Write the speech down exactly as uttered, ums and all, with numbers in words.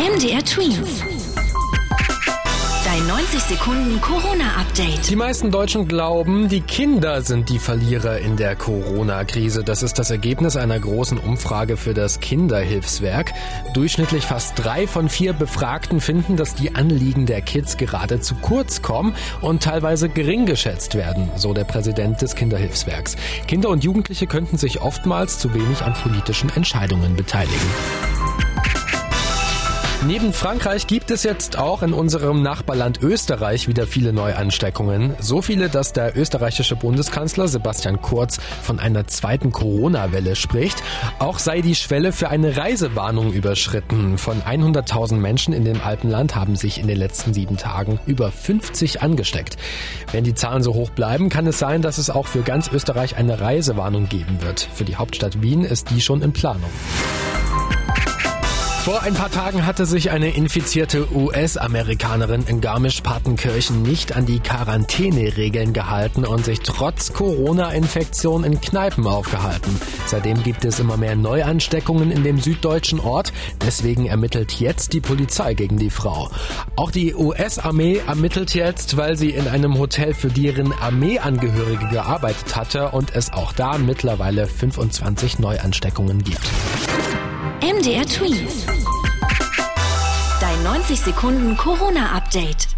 M D R Twins. Dein neunzig Sekunden Corona-Update. Die meisten Deutschen glauben, die Kinder sind die Verlierer in der Corona-Krise. Das ist das Ergebnis einer großen Umfrage für das Kinderhilfswerk. Durchschnittlich fast drei von vier Befragten finden, dass die Anliegen der Kids gerade zu kurz kommen und teilweise gering geschätzt werden, so der Präsident des Kinderhilfswerks. Kinder und Jugendliche könnten sich oftmals zu wenig an politischen Entscheidungen beteiligen. Neben Frankreich gibt es jetzt auch in unserem Nachbarland Österreich wieder viele Neuansteckungen. So viele, dass der österreichische Bundeskanzler Sebastian Kurz von einer zweiten Corona-Welle spricht. Auch sei die Schwelle für eine Reisewarnung überschritten. Von hunderttausend Menschen in dem Alpenland haben sich in den letzten sieben Tagen über fünfzig angesteckt. Wenn die Zahlen so hoch bleiben, kann es sein, dass es auch für ganz Österreich eine Reisewarnung geben wird. Für die Hauptstadt Wien ist die schon in Planung. Vor ein paar Tagen hatte sich eine infizierte U S-Amerikanerin in Garmisch-Partenkirchen nicht an die Quarantäneregeln gehalten und sich trotz Corona-Infektion in Kneipen aufgehalten. Seitdem gibt es immer mehr Neuansteckungen in dem süddeutschen Ort. Deswegen ermittelt jetzt die Polizei gegen die Frau. Auch die U S-Armee ermittelt jetzt, weil sie in einem Hotel für deren Armeeangehörige gearbeitet hatte und es auch da mittlerweile fünfundzwanzig Neuansteckungen gibt. M D R Twins. Dein neunzig Sekunden Corona-Update.